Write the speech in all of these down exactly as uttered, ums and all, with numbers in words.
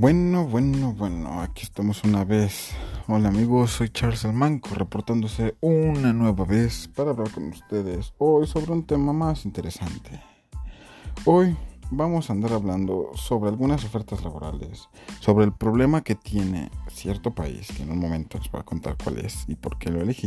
Bueno, bueno, bueno, aquí estamos una vez. Hola amigos, soy Charles el Manco, reportándose una nueva vez para hablar con ustedes hoy sobre un tema más interesante. Hoy vamos a andar hablando sobre algunas ofertas laborales, sobre el problema que tiene cierto país, que en un momento les voy a contar cuál es y por qué lo elegí.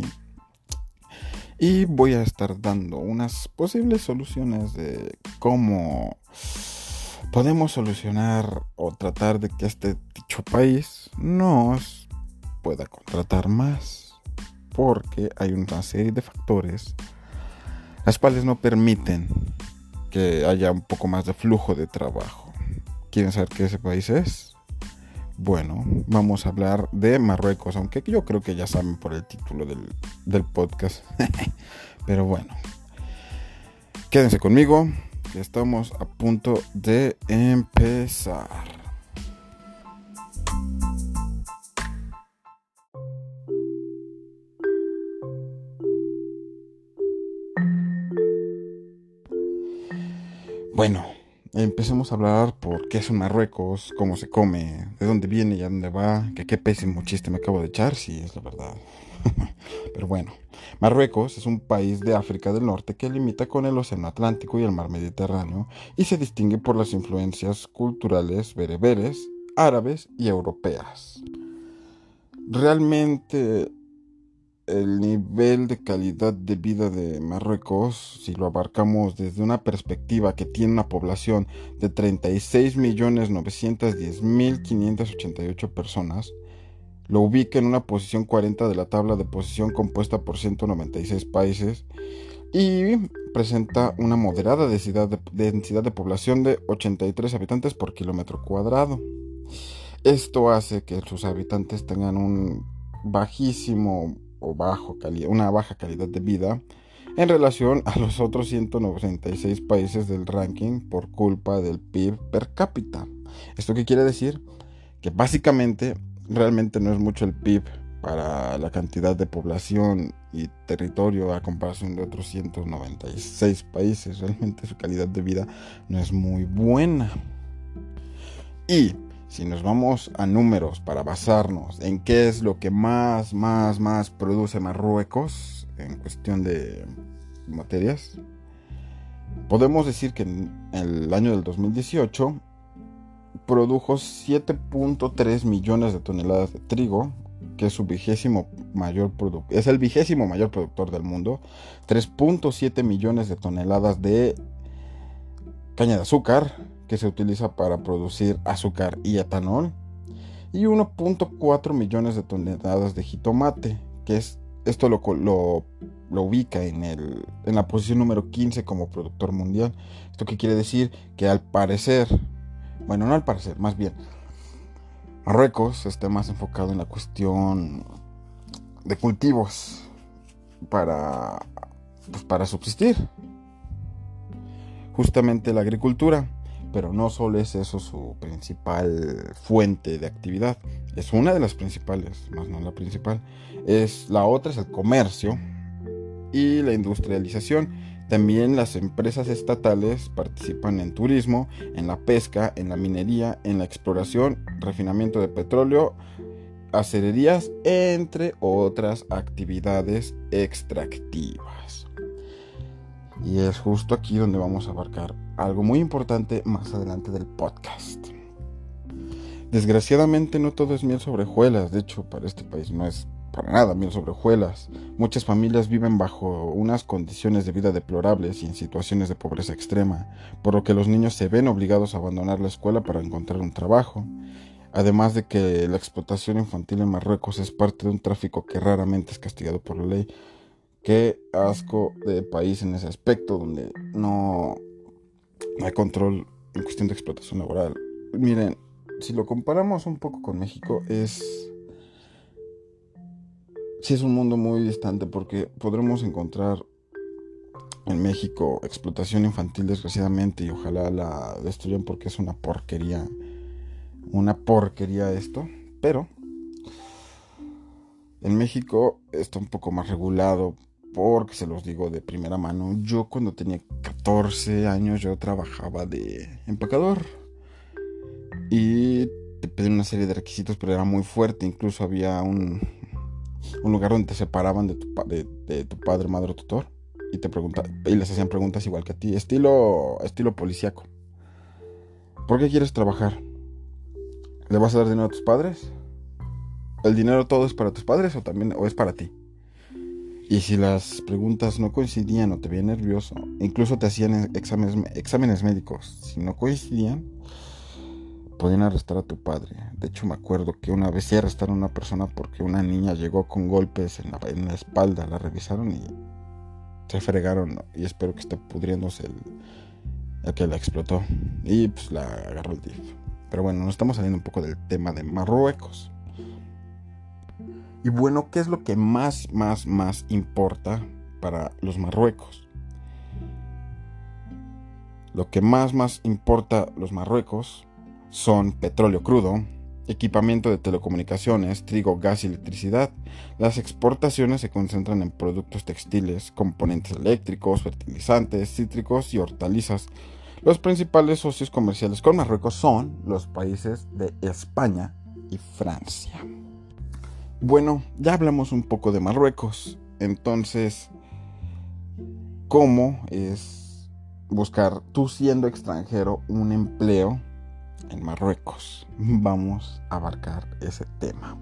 Y voy a estar dando unas posibles soluciones de cómo podemos solucionar o tratar de que este dicho país nos pueda contratar más, porque hay una serie de factores las cuales no permiten que haya un poco más de flujo de trabajo. ¿Quieren saber qué ese país es? Bueno, vamos a hablar de Marruecos, aunque yo creo que ya saben por el título del, del podcast. Pero bueno, quédense conmigo, que estamos a punto de empezar. Bueno, empecemos a hablar por qué es un Marruecos, cómo se come, de dónde viene y a dónde va, que qué pésimo chiste me acabo de echar, sí, es la verdad. Pero bueno, Marruecos es un país de África del Norte que limita con el Océano Atlántico y el Mar Mediterráneo y se distingue por las influencias culturales bereberes, árabes y europeas. Realmente el nivel de calidad de vida de Marruecos, si lo abarcamos desde una perspectiva que tiene una población de treinta y seis millones novecientos diez mil quinientas ochenta y ocho personas, lo ubica en una posición cuarenta de la tabla de posición compuesta por ciento noventa y seis países y presenta una moderada densidad de, densidad de población de ochenta y tres habitantes por kilómetro cuadrado. Esto hace que sus habitantes tengan un bajísimo o bajo cali- una baja calidad de vida en relación a los otros ciento noventa y seis países del ranking por culpa del P I B per cápita. ¿Esto qué quiere decir? Que básicamente realmente no es mucho el P I B para la cantidad de población y territorio a comparación de otros ciento noventa y seis países. Realmente su calidad de vida no es muy buena. Y si nos vamos a números para basarnos en qué es lo que más, más, más produce Marruecos en cuestión de materias, podemos decir que en el año del dos mil dieciocho produjo siete punto tres millones de toneladas de trigo, que es su vigésimo mayor produ- es el vigésimo mayor productor del mundo, tres punto siete millones de toneladas de caña de azúcar, que se utiliza para producir azúcar y etanol, y uno punto cuatro millones de toneladas de jitomate, que es esto lo, lo, lo ubica en, el, en la posición número quince como productor mundial. ¿Esto qué quiere decir? Que al parecer, bueno, no al parecer, más bien, Marruecos está más enfocado en la cuestión de cultivos para, pues, para subsistir, justamente la agricultura. Pero no solo es eso su principal fuente de actividad, es una de las principales, más no la principal. Es, la otra es el comercio y la industrialización. También las empresas estatales participan en turismo, en la pesca, en la minería, en la exploración, refinamiento de petróleo, acererías, entre otras actividades extractivas. Y es justo aquí donde vamos a abarcar algo muy importante más adelante del podcast. Desgraciadamente no todo es miel sobre hojuelas. De hecho, para este país no es para nada miel sobre hojuelas. Muchas familias viven bajo unas condiciones de vida deplorables y en situaciones de pobreza extrema, por lo que los niños se ven obligados a abandonar la escuela para encontrar un trabajo. Además de que la explotación infantil en Marruecos es parte de un tráfico que raramente es castigado por la ley. Qué asco de país en ese aspecto, donde no hay control en cuestión de explotación laboral. Miren, si lo comparamos un poco con México, es sí es un mundo muy distante, porque podremos encontrar en México explotación infantil, desgraciadamente, y ojalá la destruyan porque es una porquería, una porquería esto. Pero en México está un poco más regulado, porque se los digo de primera mano. Yo cuando tenía catorce años yo trabajaba de empacador y te pedían una serie de requisitos, pero era muy fuerte. Incluso había un, un lugar donde te separaban de tu, de, de tu padre, madre o tutor y te preguntaban, y les hacían preguntas igual que a ti, estilo, estilo policíaco. ¿Por qué quieres trabajar? ¿Le vas a dar dinero a tus padres? ¿El dinero todo es para tus padres o también o es para ti? Y si las preguntas no coincidían o te veían nervioso, incluso te hacían exámenes, exámenes médicos. Si no coincidían, podían arrestar a tu padre. De hecho, me acuerdo que una vez sí arrestaron a una persona porque una niña llegó con golpes en la, en la espalda. La revisaron y se fregaron, ¿no? Y espero que esté pudriéndose el, el que la explotó. Y pues la agarró el D I F. Pero bueno, nos estamos saliendo un poco del tema de Marruecos. Y bueno, ¿qué es lo que más, más, más importa para los Marruecos? Lo que más, más importa a los Marruecos son petróleo crudo, equipamiento de telecomunicaciones, trigo, gas y electricidad. Las exportaciones se concentran en productos textiles, componentes eléctricos, fertilizantes, cítricos y hortalizas. Los principales socios comerciales con Marruecos son los países de España y Francia. Bueno, ya hablamos un poco de Marruecos. Entonces, ¿cómo es buscar, tú siendo extranjero, un empleo en Marruecos? Vamos a abarcar ese tema.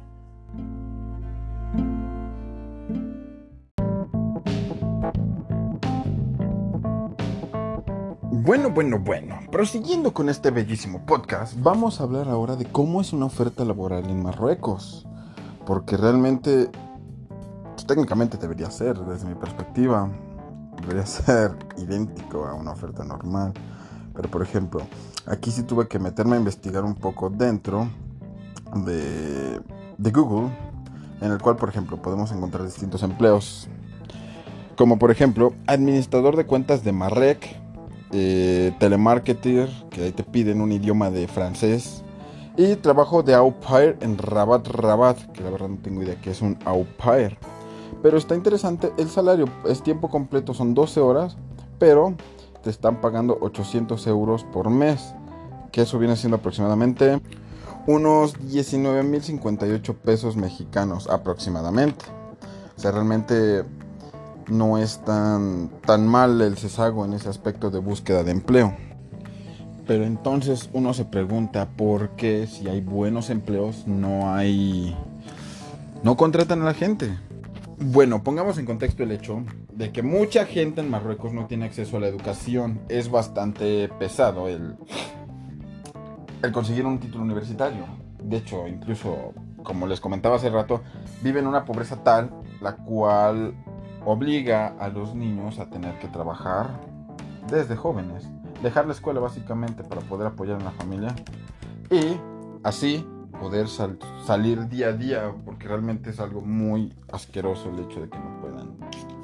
Bueno, bueno, bueno. Prosiguiendo con este bellísimo podcast, vamos a hablar ahora de cómo es una oferta laboral en Marruecos. Porque realmente, pues, técnicamente debería ser, desde mi perspectiva, debería ser idéntico a una oferta normal. Pero por ejemplo, aquí sí tuve que meterme a investigar un poco dentro de, de Google, en el cual, por ejemplo, podemos encontrar distintos empleos. Como por ejemplo, administrador de cuentas de Marrec, eh, telemarketer, que ahí te piden un idioma de francés. Y trabajo de au pair en Rabat Rabat, que la verdad no tengo idea qué es un au pair. Pero está interesante, el salario es tiempo completo, son doce horas, pero te están pagando ochocientos euros por mes, que eso viene siendo aproximadamente unos diecinueve mil cincuenta y ocho pesos mexicanos aproximadamente. O sea, realmente no es tan, tan mal el cesago en ese aspecto de búsqueda de empleo. Pero entonces uno se pregunta por qué si hay buenos empleos no hay... no contratan a la gente. Bueno, pongamos en contexto el hecho de que mucha gente en Marruecos no tiene acceso a la educación. Es bastante pesado el, el conseguir un título universitario. De hecho, incluso, como les comentaba hace rato, viven una pobreza tal la cual obliga a los niños a tener que trabajar desde jóvenes. Dejar la escuela básicamente para poder apoyar a la familia y así poder sal- salir día a día, porque realmente es algo muy asqueroso el hecho de que no puedan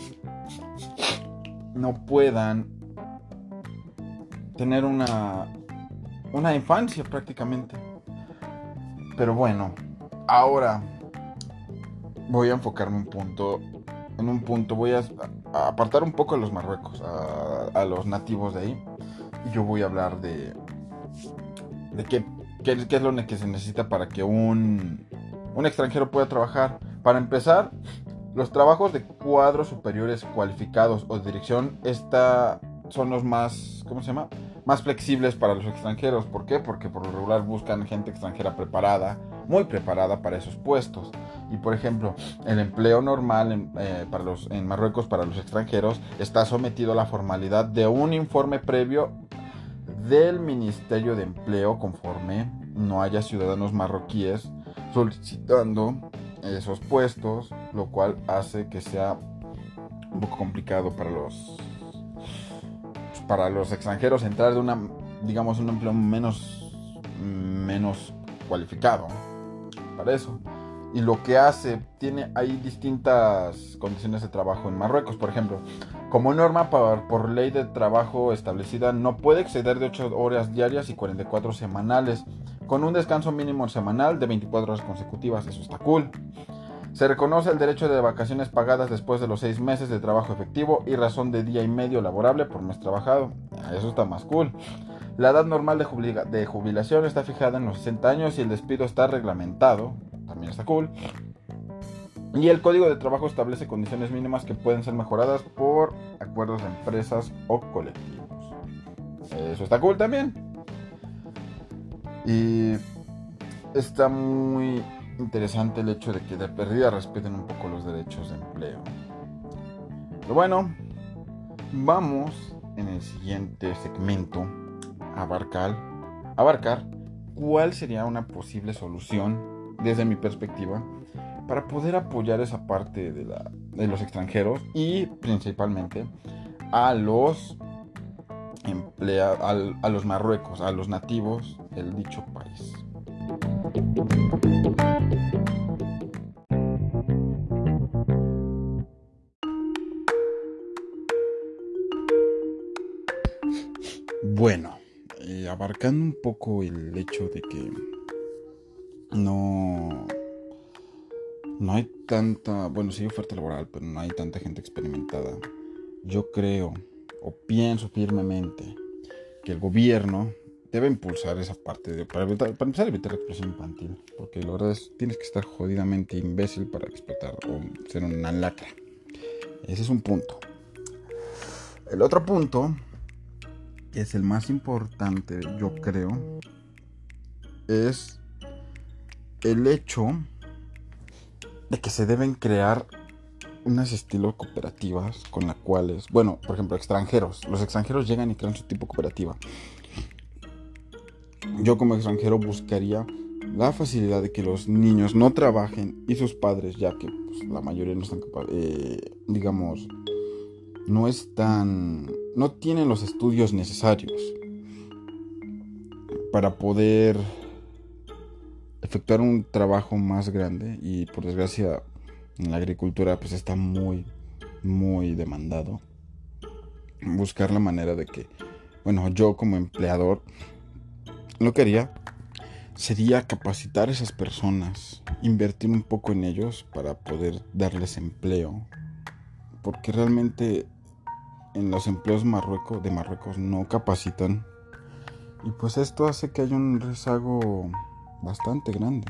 no puedan tener una una infancia prácticamente. Pero bueno, ahora voy a enfocarme un punto en un punto voy a, a apartar un poco a los marruecos, a, a los nativos de ahí. Y yo voy a hablar de, de qué, qué, qué es lo que se necesita para que un, un extranjero pueda trabajar. Para empezar, los trabajos de cuadros superiores cualificados o de dirección esta, son los más, ¿cómo se llama? Más flexibles para los extranjeros. ¿Por qué? Porque por lo regular buscan gente extranjera preparada, muy preparada para esos puestos. Y por ejemplo, el empleo normal en, eh, para los, en Marruecos para los extranjeros está sometido a la formalidad de un informe previo del Ministerio de Empleo conforme no haya ciudadanos marroquíes solicitando esos puestos, lo cual hace que sea un poco complicado para los para los extranjeros entrar de una, digamos, un empleo menos menos cualificado para eso. Y lo que hace, tiene, hay distintas condiciones de trabajo en Marruecos. Por ejemplo, como norma por, por ley de trabajo establecida, no puede exceder de ocho horas diarias y cuarenta y cuatro semanales, con un descanso mínimo semanal de veinticuatro horas consecutivas. Eso está cool. Se reconoce el derecho de vacaciones pagadas después de los seis meses de trabajo efectivo y razón de día y medio laborable por mes trabajado. Eso está más cool. La edad normal de, jubila- de jubilación está fijada en los sesenta años y el despido está reglamentado. También está cool. Y el Código de Trabajo establece condiciones mínimas que pueden ser mejoradas por acuerdos de empresas o colectivos. Eso está cool también. Y está muy interesante el hecho de que de perdida respeten un poco los derechos de empleo. Pero bueno, vamos en el siguiente segmento a abarcar, abarcar cuál sería una posible solución desde mi perspectiva para poder apoyar esa parte de, la, de los extranjeros y principalmente a los emplea, a, a los marruecos, a los nativos del dicho país. Bueno, eh, abarcando un poco el hecho de que no, no hay tanta, bueno, sí hay oferta laboral, pero no hay tanta gente experimentada. Yo creo o pienso firmemente que el gobierno debe impulsar esa parte de, para, evitar, para empezar a evitar la explotación infantil, porque la verdad es tienes que estar jodidamente imbécil para explotar o ser una lacra. Ese es un punto. El otro punto, que es el más importante, yo creo, es el hecho de que se deben crear unas estilo cooperativas con las cuales, bueno, por ejemplo, extranjeros. Los extranjeros llegan y crean su tipo cooperativa. Yo como extranjero buscaría la facilidad de que los niños no trabajen y sus padres, ya que pues, la mayoría no están capaces, eh, digamos, no están, no tienen los estudios necesarios para poder efectuar un trabajo más grande, y por desgracia en la agricultura pues está muy muy demandado. Buscar la manera de que, bueno, yo como empleador lo que haría sería capacitar a esas personas, invertir un poco en ellos para poder darles empleo, porque realmente en los empleos Marruecos, de Marruecos no capacitan, y pues esto hace que haya un rezago bastante grande.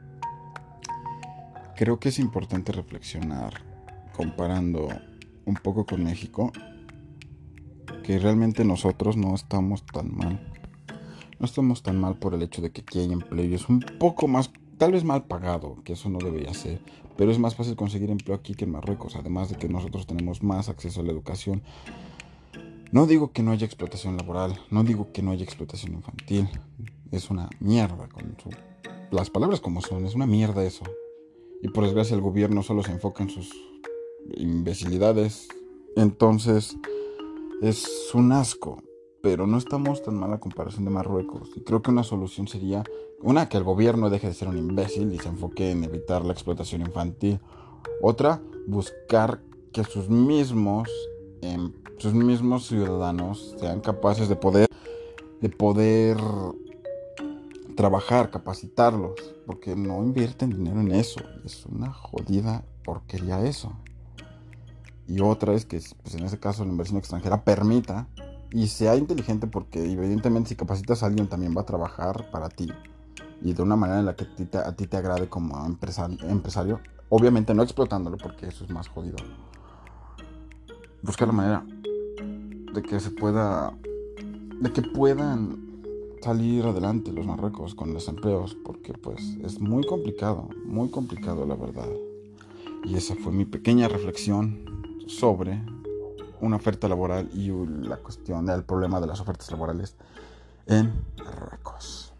Creo que es importante reflexionar comparando un poco con México, que realmente nosotros no estamos tan mal. No estamos tan mal por el hecho de que aquí hay empleo y es un poco más, tal vez mal pagado, que eso no debería ser, pero es más fácil conseguir empleo aquí que en Marruecos, además de que nosotros tenemos más acceso a la educación. No digo que no haya explotación laboral, no digo que no haya explotación infantil, es una mierda, con su... las palabras como son, es una mierda eso. Y por desgracia el gobierno solo se enfoca en sus imbecilidades, entonces es un asco. Pero no estamos tan mal a comparación de Marruecos. Y creo que una solución sería, una, que el gobierno deje de ser un imbécil y se enfoque en evitar la explotación infantil. Otra, buscar que sus mismos, eh, sus mismos ciudadanos sean capaces de poder, de poder trabajar, capacitarlos. Porque no invierten dinero en eso. Es una jodida porquería eso. Y otra es que, pues en ese caso, la inversión extranjera permita y sea inteligente, porque evidentemente si capacitas a alguien también va a trabajar para ti y de una manera en la que a ti te, a ti te agrade como empresario, empresario, obviamente no explotándolo, porque eso es más jodido. Buscar la manera de que se pueda, de que puedan salir adelante los marruecos con los empleos, porque pues es muy complicado, muy complicado la verdad. Y esa fue mi pequeña reflexión sobre una oferta laboral y la cuestión del problema de las ofertas laborales en Marruecos.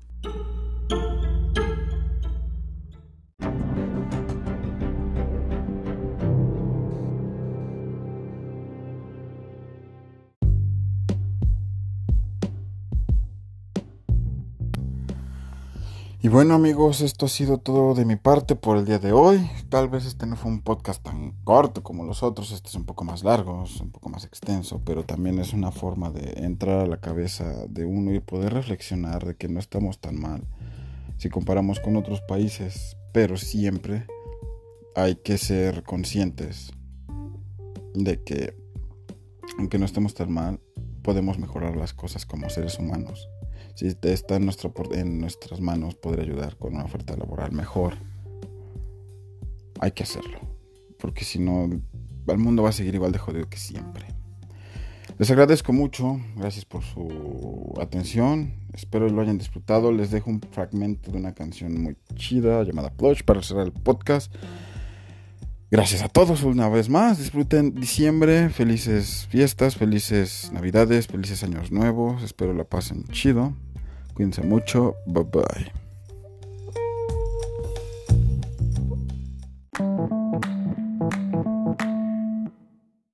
Y bueno amigos, esto ha sido todo de mi parte por el día de hoy. Tal vez este no fue un podcast tan corto como los otros, este es un poco más largo, es un poco más extenso, pero también es una forma de entrar a la cabeza de uno y poder reflexionar de que no estamos tan mal si comparamos con otros países, pero siempre hay que ser conscientes de que aunque no estemos tan mal, podemos mejorar las cosas como seres humanos. Si está en, nuestro, en nuestras manos poder ayudar con una oferta laboral mejor, hay que hacerlo, porque si no, el mundo va a seguir igual de jodido que siempre. Les agradezco mucho, gracias por su atención, espero lo hayan disfrutado. Les dejo un fragmento de una canción muy chida llamada Plush para cerrar el podcast. Gracias a todos una vez más, disfruten diciembre, felices fiestas, felices navidades, felices años nuevos, espero la pasen chido, cuídense mucho, bye bye.